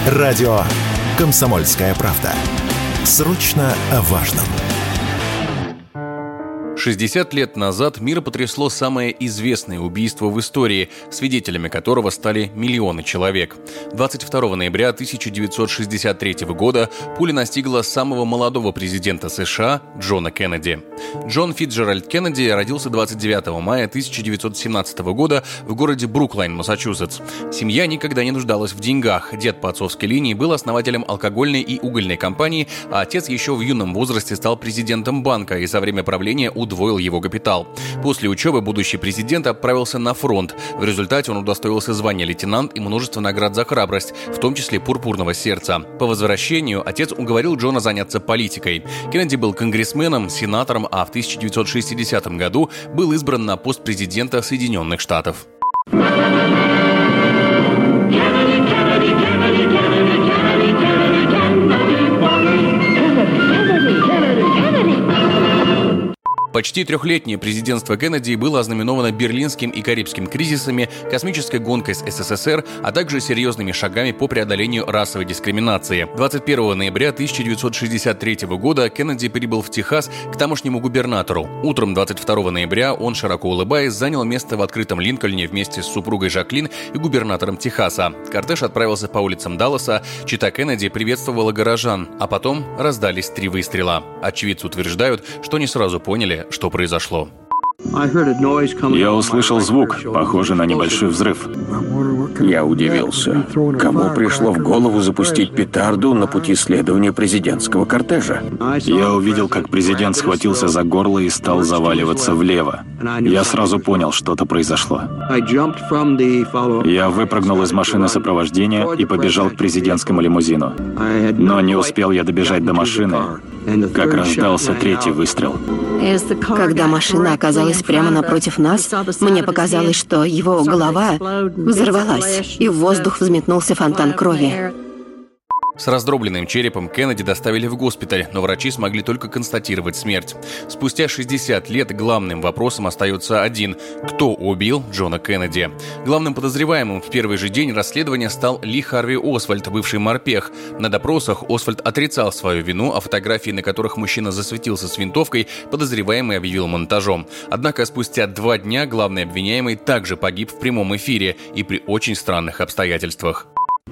Радио «Комсомольская правда». Срочно о важном. 60 лет назад мир потрясло самое известное убийство в истории, свидетелями которого стали миллионы человек. 22 ноября 1963 года пуля настигла самого молодого президента США Джона Кеннеди. Джон Фицджеральд Кеннеди родился 29 мая 1917 года в городе Бруклайн, Массачусетс. Семья никогда не нуждалась в деньгах. Дед по отцовской линии был основателем алкогольной и угольной компании, а отец еще в юном возрасте стал президентом банка и за время правления удвоил его капитал. После учебы будущий президент отправился на фронт. В результате он удостоился звания лейтенант и множества наград за храбрость, в том числе Пурпурного сердца. По возвращению отец уговорил Джона заняться политикой. Кеннеди был конгрессменом, сенатором, а в 1960 году был избран на пост президента Соединенных Штатов. Почти трехлетнее президентство Кеннеди было ознаменовано Берлинским и Карибским кризисами, космической гонкой с СССР, а также серьезными шагами по преодолению расовой дискриминации. 21 ноября 1963 года Кеннеди прибыл в Техас к тамошнему губернатору. Утром 22 ноября он, широко улыбаясь, занял место в открытом Линкольне вместе с супругой Жаклин и губернатором Техаса. Кортеж отправился по улицам Далласа, чета Кеннеди приветствовала горожан, а потом раздались 3 выстрела. Очевидцы утверждают, что не сразу поняли, что произошло. Я услышал звук, похожий на небольшой взрыв. Я удивился. Кому пришло в голову запустить петарду на пути следования президентского кортежа? Я увидел, как президент схватился за горло и стал заваливаться влево. Я сразу понял, что-то произошло. Я выпрыгнул из машины сопровождения и побежал к президентскому лимузину. Но не успел я добежать до машины, как раздался 3-й выстрел. Когда машина оказалась прямо напротив нас, мне показалось, что его голова взорвалась, и в воздух взметнулся фонтан крови. С раздробленным черепом Кеннеди доставили в госпиталь, но врачи смогли только констатировать смерть. Спустя 60 лет главным вопросом остается один – кто убил Джона Кеннеди? Главным подозреваемым в первый же день расследования стал Ли Харви Освальд, бывший морпех. На допросах Освальд отрицал свою вину, а фотографии, на которых мужчина засветился с винтовкой, подозреваемый объявил монтажом. Однако спустя 2 дня главный обвиняемый также погиб в прямом эфире и при очень странных обстоятельствах.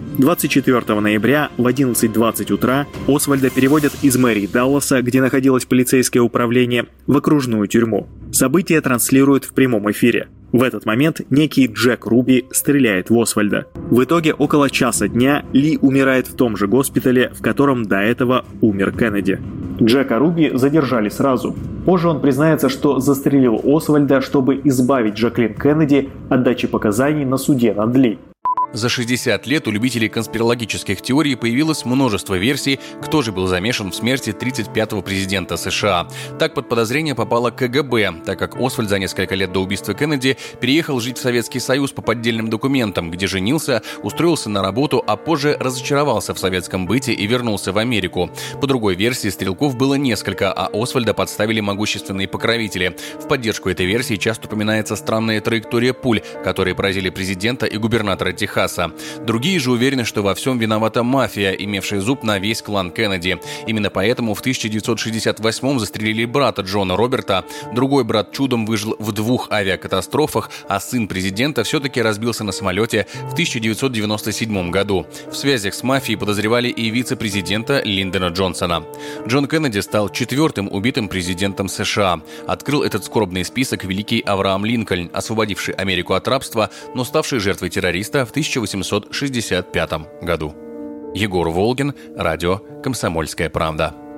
24 ноября в 11:20 утра Освальда переводят из мэрии Далласа, где находилось полицейское управление, в окружную тюрьму. События транслируют в прямом эфире. В этот момент некий Джек Руби стреляет в Освальда. В итоге около часа дня Ли умирает в том же госпитале, в котором до этого умер Кеннеди. Джека Руби задержали сразу. Позже он признается, что застрелил Освальда, чтобы избавить Жаклин Кеннеди от дачи показаний на суде над Ли. За 60 лет у любителей конспирологических теорий появилось множество версий, кто же был замешан в смерти 35-го президента США. Так под подозрение попало КГБ, так как Освальд за несколько лет до убийства Кеннеди переехал жить в Советский Союз по поддельным документам, где женился, устроился на работу, а позже разочаровался в советском быте и вернулся в Америку. По другой версии, стрелков было несколько, а Освальда подставили могущественные покровители. В поддержку этой версии часто упоминается странная траектория пуль, которые поразили президента и губернатора Техаса. Другие же уверены, что во всем виновата мафия, имевшая зуб на весь клан Кеннеди. Именно поэтому в 1968-м застрелили брата Джона Роберта, другой брат чудом выжил в 2 авиакатастрофах, а сын президента все-таки разбился на самолете в 1997 году. В связях с мафией подозревали и вице-президента Линдона Джонсона. Джон Кеннеди стал 4-м убитым президентом США. Открыл этот скорбный список великий Авраам Линкольн, освободивший Америку от рабства, но ставший жертвой террориста в 1865 году. Егор Волгин, радио «Комсомольская правда».